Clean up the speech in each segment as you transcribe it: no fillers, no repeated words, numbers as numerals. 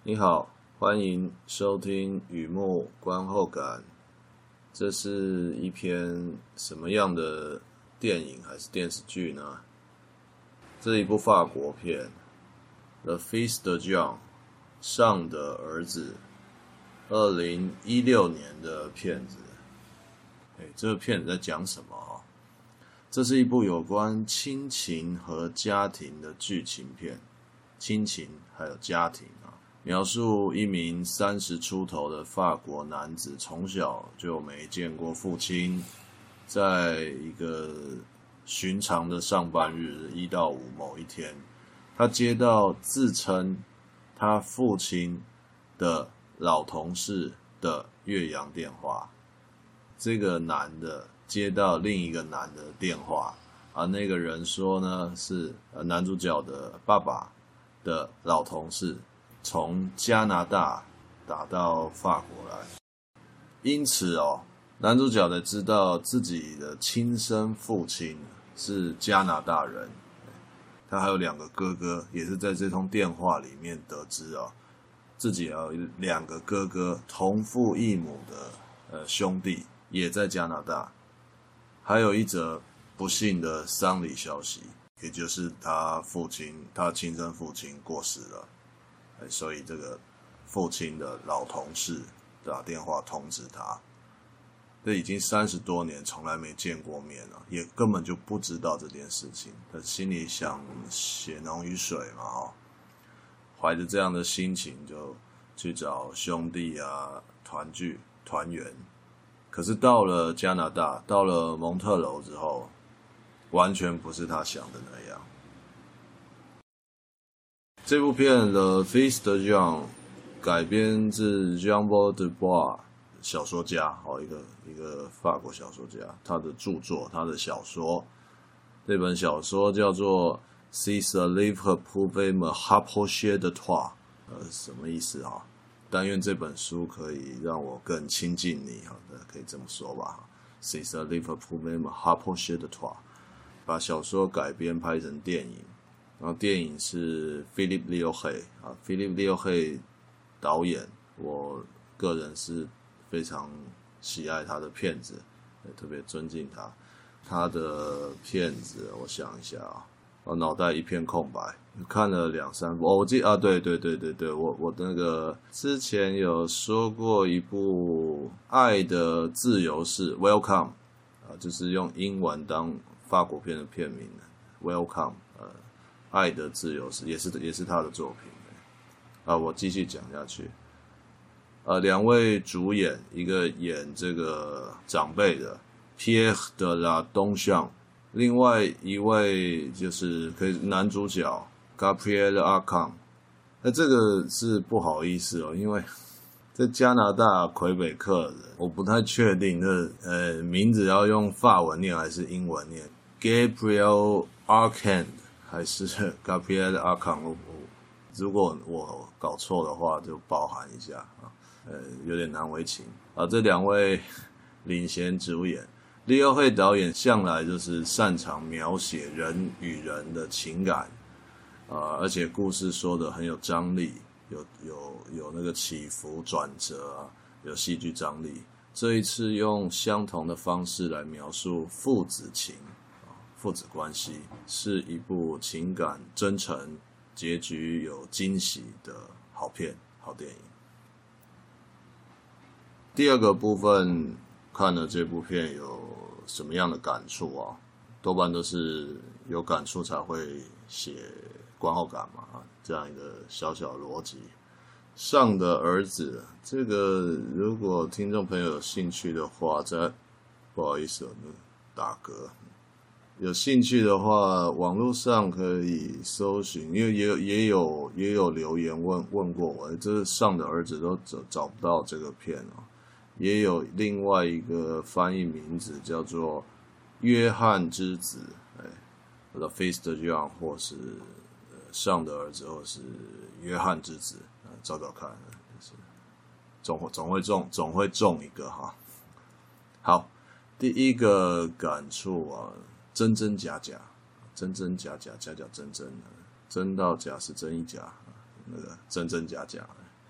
你好，欢迎收听雨幕观后感。这是一篇什么样的电影还是电视剧呢？这是一部法国片，《The Fils de Jean》上的儿子，2016年的片子。这个片子在讲什么啊？这是一部有关亲情和家庭的剧情片，亲情还有家庭啊。描述一名30出头的法国男子从小就没见过父亲，在一个寻常的上班日1到5某一天，他接到自称他父亲的老同事的越洋电话。这个男的接到另一个男的电话，而那个人说呢是男主角的爸爸的老同事从加拿大打到法国来，因此男主角才知道自己的亲生父亲是加拿大人，他还有2个哥哥，也是在这通电话里面得知自己有2个哥哥同父异母的兄弟也在加拿大，还有一则不幸的丧礼消息，也就是他亲生父亲过世了。所以这个父亲的老同事打电话通知他，这已经30多年从来没见过面了，也根本就不知道这件事情。他心里想血浓于水嘛，怀着这样的心情就去找兄弟啊团圆。可是到了加拿大，到了蒙特楼之后，完全不是他想的那样。这部片《The Fils de Jean》改编自 Jean-Paul Dubois 小说家，一个法国小说家，他的著作，他的小说。这本小说叫做 C'est un livre pour me rapprocher de toi， 什么意思啊？但愿这本书可以让我更亲近你，可以这么说吧。C'est un livre pour me rapprocher de toi， 把小说改编拍成电影。然后电影是 Philippe Lioré，Philippe Lioré 导演，我个人是非常喜爱他的片子，也特别尊敬他。他的片子我想一下我脑袋一片空白，看了2-3部。我记得对，我那个之前有说过一部《爱的自由式》Welcome，就是用英文当法国片的片名 Welcome，爱的自由式也是他的作品。我继续讲下去。2位主演，一个演这个长辈的 Pierre de la Donchon， 另外一位就是男主角 Gabriel Arcan。这个是不好意思因为在加拿大魁北克人，我不太确定名字要用法文念还是英文念 Gabriel Arcan还是 Gabriel Arcan， 如果我搞错的话就包涵一下有点难为情这2位领衔主演，利欧惠导演向来就是擅长描写人与人的情感而且故事说得很有张力，有那个起伏转折有戏剧张力。这一次用相同的方式来描述父子情父子关系，是一部情感真诚、结局有惊喜的好片、好电影。第2个部分，看了这部片有什么样的感触多半都是有感触才会写观后感嘛这样一个小小的逻辑。上的儿子，这个如果听众朋友有兴趣的话，不好意思打嗝。有兴趣的话，网络上可以搜寻，因为也有留言问过我，这上的儿子都找不到这个片也有另外一个翻译名字叫做约翰之子，The Fils de Jean， 或是上的儿子，或是约翰之子，找找看，就是总会中一个哈。好，第一个感触真真假假，真真假假，假假真真，真到假是真一假，那个真真假假。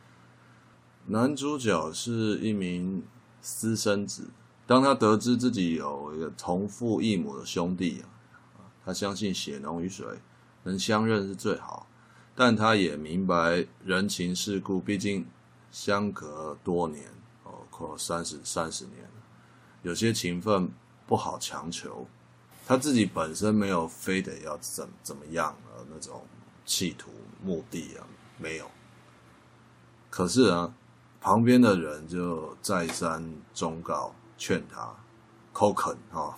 男主角是一名私生子，当他得知自己有一个同父异母的兄弟他相信血浓于水，能相认是最好，但他也明白人情世故，毕竟相隔多年快30年了，有些情分不好强求。他自己本身没有非得要怎么样那种企图目的没有。可是旁边的人就再三忠告劝他，口恳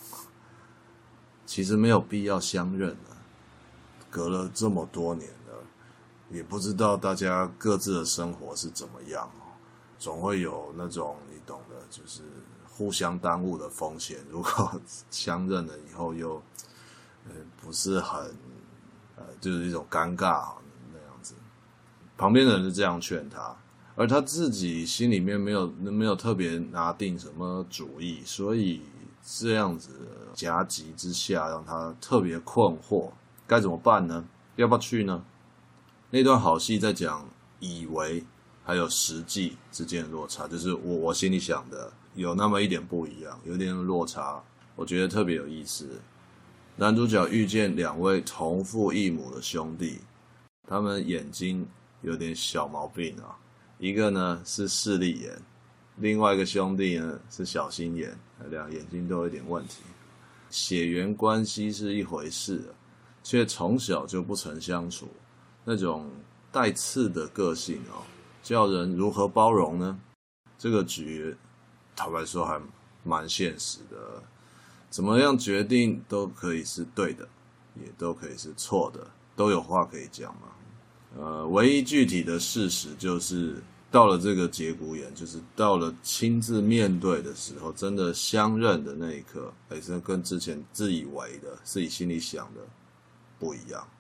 其实没有必要相认隔了这么多年了，也不知道大家各自的生活是怎么样总会有那种你懂的，就是互相耽误的风险。如果相认了以后又不是很就是一种尴尬那样子，旁边的人是这样劝他，而他自己心里面没有特别拿定什么主意，所以这样子夹击之下让他特别困惑，该怎么办呢？要不要去呢？那段好戏在讲以为还有实际之间的落差，就是我心里想的有那么一点不一样，有点落差，我觉得特别有意思。男主角遇见2位同父异母的兄弟，他们眼睛有点小毛病一个呢是视力眼，另外一个兄弟呢是小心眼，两个眼睛都有点问题。血缘关系是一回事却从小就不曾相处，那种带刺的个性叫人如何包容呢？这个局坦白说还蛮现实的，怎么样决定都可以是对的，也都可以是错的，都有话可以讲嘛。唯一具体的事实就是到了这个节骨眼，就是到了亲自面对的时候，真的相认的那一刻，这跟之前自以为的自己心里想的不一样。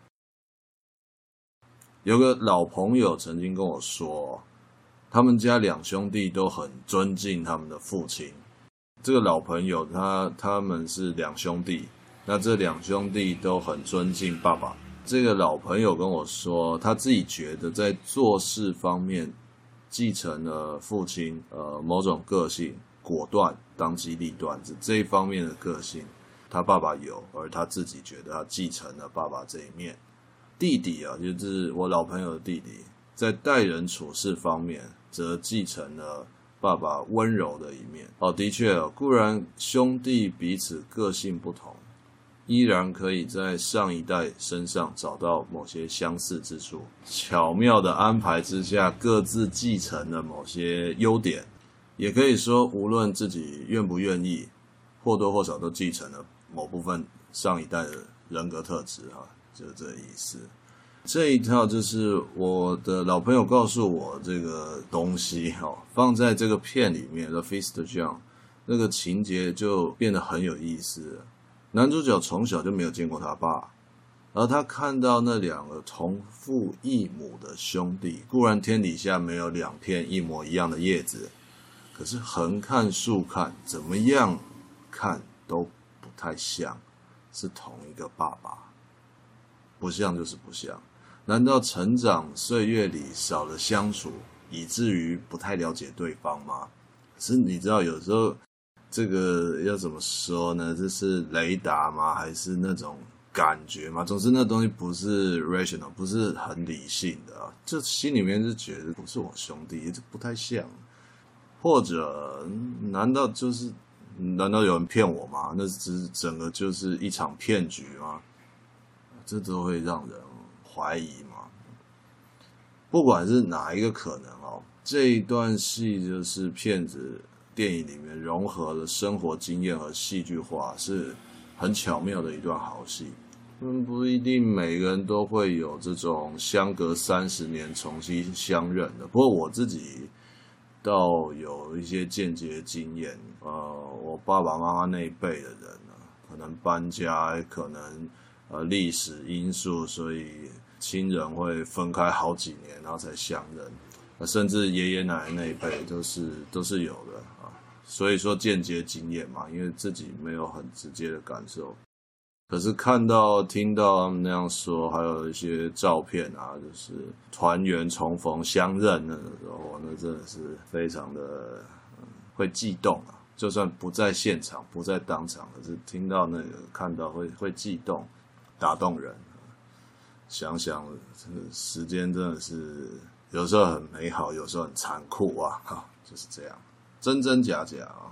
有个老朋友曾经跟我说，他们家2兄弟都很尊敬他们的父亲。这个老朋友他们是2兄弟，那这2兄弟都很尊敬爸爸。这个老朋友跟我说，他自己觉得在做事方面继承了父亲某种个性，果断、当机立断这一方面的个性，他爸爸有，而他自己觉得他继承了爸爸这一面。弟弟就是我老朋友的弟弟，在待人处事方面则继承了爸爸温柔的一面。的确固然兄弟彼此个性不同，依然可以在上一代身上找到某些相似之处，巧妙的安排之下各自继承了某些优点，也可以说无论自己愿不愿意，或多或少都继承了某部分上一代的人格特质就是这个意思。这一套就是我的老朋友告诉我这个东西放在这个片里面 The Feast John 那个情节就变得很有意思了。男主角从小就没有见过他爸，而他看到那2个同父异母的兄弟，固然天底下没有2片一模一样的叶子，可是横看竖看怎么样看都不太像是同一个爸爸，不像就是不像。难道成长岁月里少了相处，以至于不太了解对方吗？可是你知道有时候这个要怎么说呢？这是雷达吗？还是那种感觉吗？总之那东西不是 rational， 不是很理性的就心里面是觉得不是我兄弟，这不太像。或者难道有人骗我吗？那只整个就是一场骗局吗？这都会让人怀疑嘛。不管是哪一个可能这一段戏就是片子电影里面融合了生活经验和戏剧化，是很巧妙的一段好戏。不一定每个人都会有这种相隔30年重新相认的，不过我自己倒有一些间接经验。我爸爸妈妈那一辈的人可能搬家，可能历史因素，所以亲人会分开好几年，然后才相认。甚至爷爷奶奶那一辈都是有的所以说间接经验嘛，因为自己没有很直接的感受。 可是看到听到他们那样说，还有一些照片啊，就是团圆重逢相认的时候，那真的是非常的会悸动啊。就算不在现场，不在当场，可是听到那个看到会悸动，打动人。想想这个时间真的是有时候很美好，有时候很残酷啊，就是这样，真真假假啊。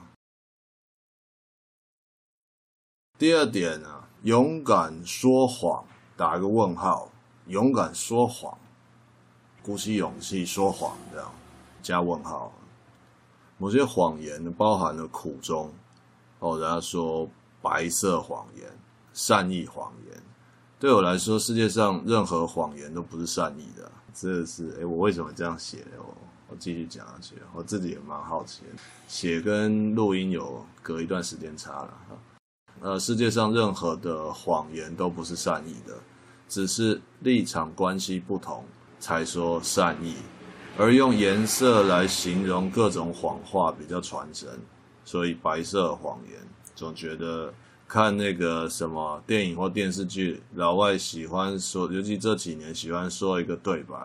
第二点啊，勇敢说谎，打一个问号，勇敢说谎，鼓起勇气说谎，这样加问号。某些谎言包含了苦衷，人家说白色谎言、善意谎言。对我来说，世界上任何谎言都不是善意的。这是我为什么这样写呢？我继续讲下去，我自己也蛮好奇的，写跟录音有隔一段时间差了。世界上任何的谎言都不是善意的，只是立场关系不同才说善意，而用颜色来形容各种谎话比较传神，所以白色谎言总觉得看那个什么电影或电视剧，老外喜欢说，尤其这几年喜欢说一个对白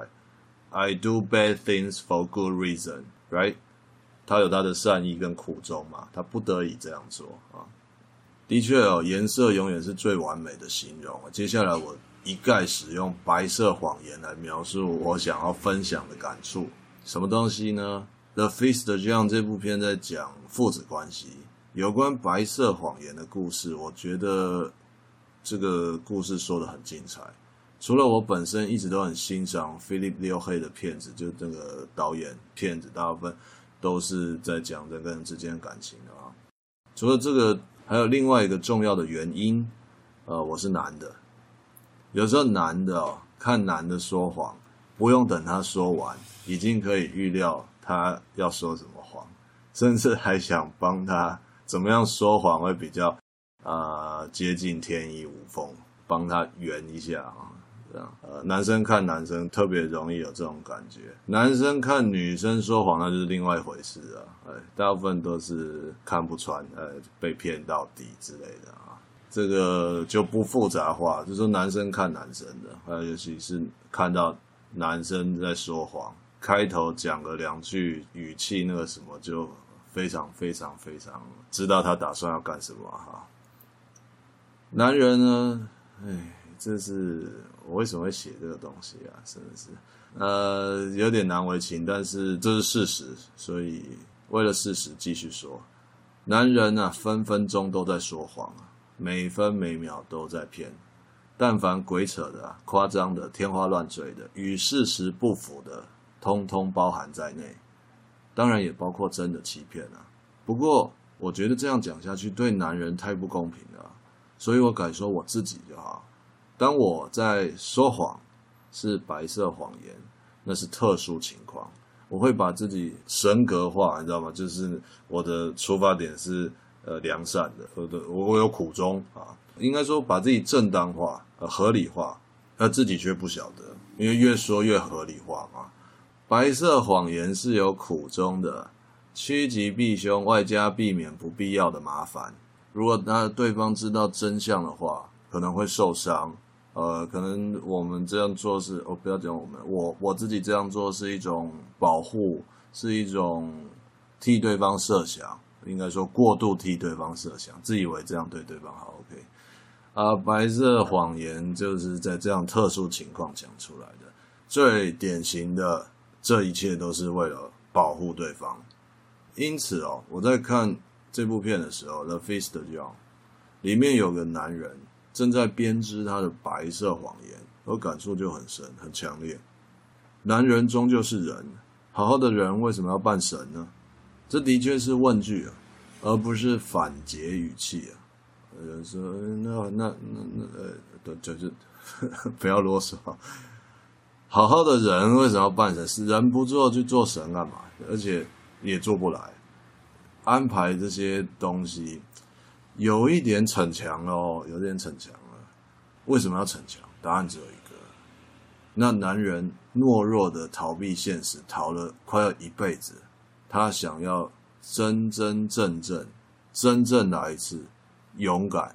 I do bad things for good reason, right? 他有他的善意跟苦衷嘛，他不得已这样做啊。的确颜色永远是最完美的形容。接下来我一概使用白色谎言来描述我想要分享的感触。什么东西呢？ The Feast Young 这部片在讲父子关系，有关白色谎言的故事，我觉得这个故事说得很精彩。除了我本身一直都很欣赏 Philip Liu He 的片子，就那个导演片子大部分都是在讲人跟人之间的感情的啊。除了这个，还有另外一个重要的原因，我是男的，有时候男的看男的说谎，不用等他说完，已经可以预料他要说什么谎，甚至还想帮他怎么样说谎会比较接近天衣无缝，帮他圆一下啊。这样男生看男生特别容易有这种感觉，男生看女生说谎那就是另外一回事啊。大部分都是看不穿，被骗到底之类的啊。这个就不复杂化，就是说男生看男生的，尤其是看到男生在说谎，开头讲个两句语气那个什么，就非常非常非常知道他打算要干什么哈。男人呢，这是我为什么会写这个东西啊？真的是有点难为情，但是这是事实，所以为了事实继续说。男人啊，分分钟都在说谎，每分每秒都在骗。但凡鬼扯的夸张的、天花乱坠的、与事实不符的，通通包含在内。当然也包括真的欺骗啊。不过我觉得这样讲下去对男人太不公平了，所以我改说我自己就好。当我在说谎是白色谎言，那是特殊情况，我会把自己神格化，你知道吗？就是我的出发点是良善的，我有苦衷啊，应该说把自己正当化、合理化，自己却不晓得，因为越说越合理化嘛。白色谎言是有苦衷的，趋吉避凶，外加避免不必要的麻烦。如果对方知道真相的话，可能会受伤。可能我们这样做是，不要讲我自己这样做是一种保护，是一种替对方设想，应该说过度替对方设想，自以为这样对对方好 OK。白色谎言就是在这样特殊情况讲出来的，最典型的，这一切都是为了保护对方。因此我在看这部片的时候，《The Feast Young》里面有个男人正在编织他的白色谎言，我感触就很深很强烈。男人终究是人，好好的人为什么要扮神呢？这的确是问句而不是反诘语气有人说就是不要啰嗦。好好的人为什么要扮神？是人不做去做神干嘛？而且也做不来。安排这些东西有一点逞强有点逞强了。为什么要逞强？答案只有一个。那男人懦弱的逃避现实，逃了快要一辈子，他想要真真正正来一次勇敢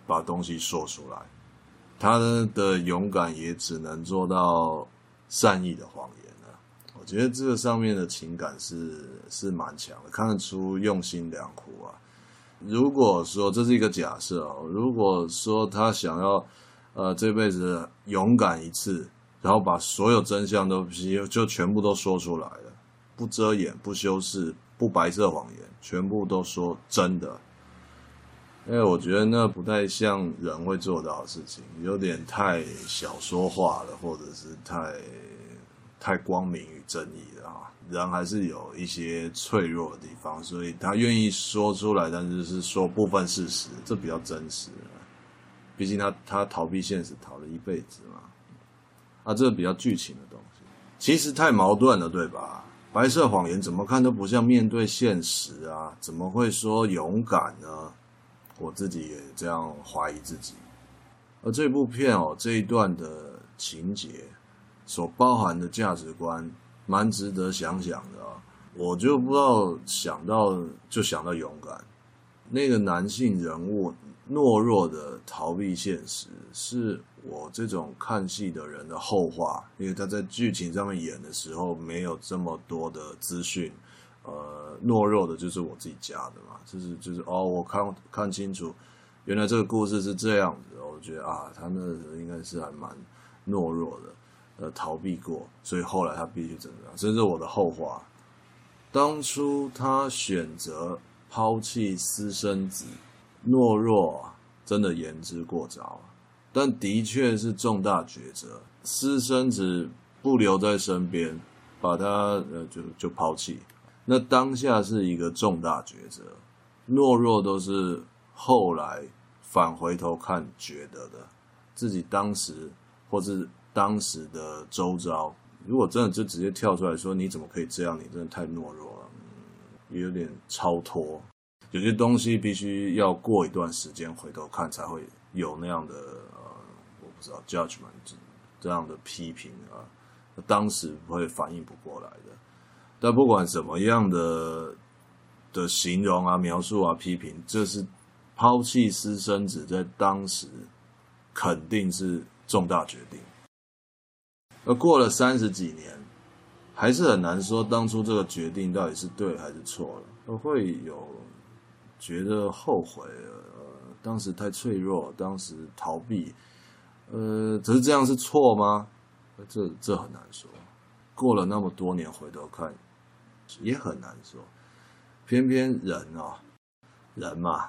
把东西说出来，他的勇敢也只能做到善意的谎言了。我觉得这个上面的情感是蛮强的，看得出用心良苦啊。如果说这是一个假设哦，如果说他想要这辈子勇敢一次，然后把所有真相就全部都说出来了，不遮掩、不修饰、不白色谎言，全部都说真的。因为我觉得那不太像人会做到的事情，有点太小说化了，或者是太光明与正义了啊。人还是有一些脆弱的地方，所以他愿意说出来，但是说部分事实，这比较真实。毕竟他逃避现实逃了一辈子嘛，这比较剧情的东西，其实太矛盾了，对吧？白色谎言怎么看都不像面对现实啊，怎么会说勇敢呢？我自己也这样怀疑自己。而这部片这一段的情节所包含的价值观蛮值得想想的我就不知道想到勇敢。那个男性人物懦弱的逃避现实，是我这种看戏的人的后话，因为他在剧情上面演的时候没有这么多的资讯，懦弱的就是我自己加的嘛，就是我看清楚，原来这个故事是这样子，我觉得他那应该是还蛮懦弱的，逃避过，所以后来他必须怎么样，这是我的后话。当初他选择抛弃私生子，懦弱真的言之过早，但的确是重大抉择。私生子不留在身边，把他就抛弃，那当下是一个重大抉择。懦弱都是后来返回头看觉得的，自己当时或是当时的周遭，如果真的就直接跳出来说你怎么可以这样，你真的太懦弱了，也有点超脱。有些东西必须要过一段时间回头看才会有那样的我不知道 judgment 这样的批评当时会反应不过来的。但不管什么样的形容描述批评，这是抛弃私生子在当时肯定是重大决定。而过了30几年，还是很难说当初这个决定到底是对还是错了，会有觉得后悔当时太脆弱，当时逃避，只是这样是错吗？这很难说。过了那么多年回头看，也很难说。偏偏人嘛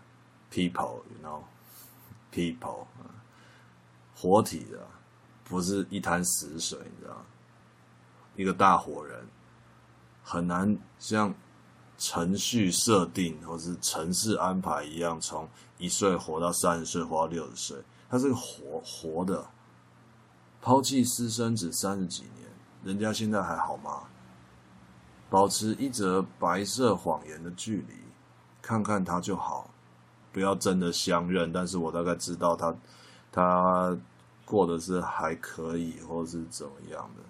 ，people you know people 活体的，不是一滩死水，你知道，一个大活人很难像程序设定或是程式安排一样，从1岁活到30岁，活到60岁，他是个活的。抛弃私生子30几年，人家现在还好吗？保持一则白色谎言的距离，看看他就好，不要真的相认，但是我大概知道他过的是还可以，或是怎么样的。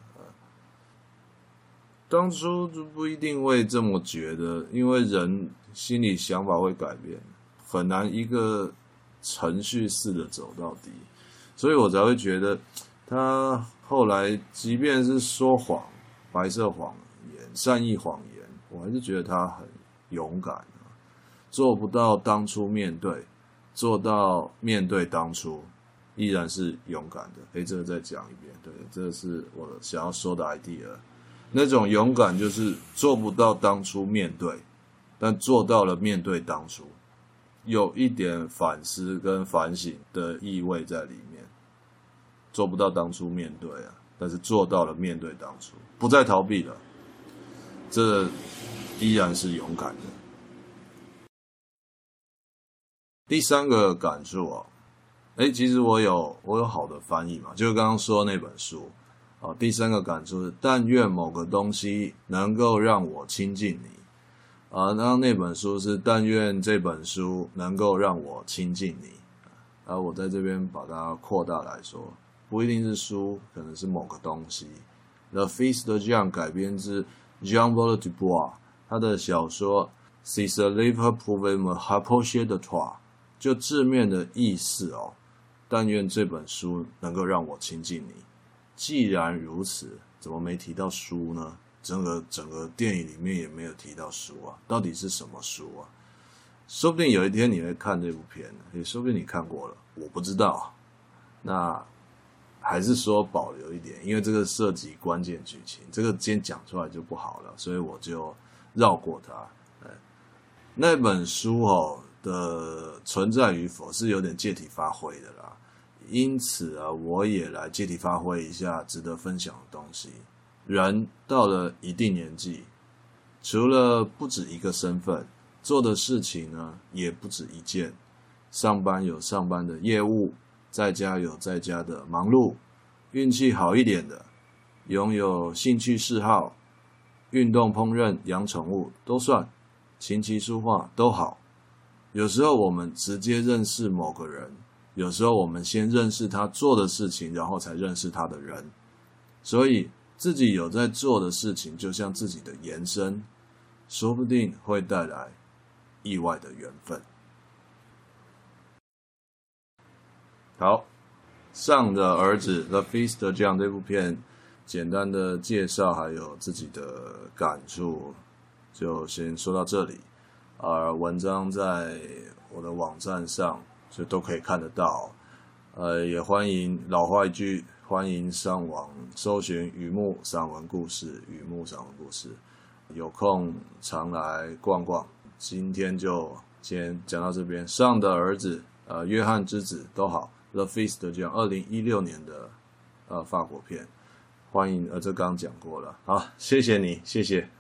当初就不一定会这么觉得，因为人心里想法会改变，很难一个程序式的走到底，所以我才会觉得他后来即便是说谎，白色谎言、善意谎言，我还是觉得他很勇敢做不到当初面对，做到面对当初，依然是勇敢的。这个再讲一遍，对，这是我想要说的 idea。那种勇敢就是做不到当初面对，但做到了面对当初，有一点反思跟反省的意味在里面。做不到当初面对但是做到了面对当初，不再逃避了，这依然是勇敢的。第3个感触其实我有好的翻译嘛，就是刚刚说那本书第3个感触是但愿某个东西能够让我亲近你那本书是但愿这本书能够让我亲近你我在这边把它扩大来说，不一定是书，可能是某个东西。The Fils de Jean 改编自 Jean-Paul Dubois 他的小说 C'est le livre pour me rapprocher de toi， 就字面的意思哦，但愿这本书能够让我亲近你。既然如此，怎么没提到书呢？整个电影里面也没有提到书啊，到底是什么书啊？说不定有一天你会看这部片，也说不定你看过了，我不知道。那还是说保留一点，因为这个涉及关键剧情，这个今天讲出来就不好了，所以我就绕过它。那本书的存在与否是有点借题发挥的啦，因此啊，我也来借题发挥一下值得分享的东西。人到了一定年纪，除了不止一个身份，做的事情呢也不止一件。上班有上班的业务，在家有在家的忙碌，运气好一点的，拥有兴趣嗜好，运动、烹饪、养宠物都算，琴棋书画都好。有时候我们直接认识某个人，有时候我们先认识他做的事情，然后才认识他的人。所以自己有在做的事情，就像自己的延伸，说不定会带来意外的缘分。好，上的儿子 The Feast 这样这部片简单的介绍还有自己的感触就先说到这里。文章在我的网站上就都可以看得到。也欢迎老话一句，欢迎上网搜寻雨木散文故事，雨木散文故事，有空常来逛逛。今天就先讲到这边。上的儿子，约翰之子都好。The Feast 这样2016年的法国片，欢迎这刚讲过了，好，谢谢你，谢谢。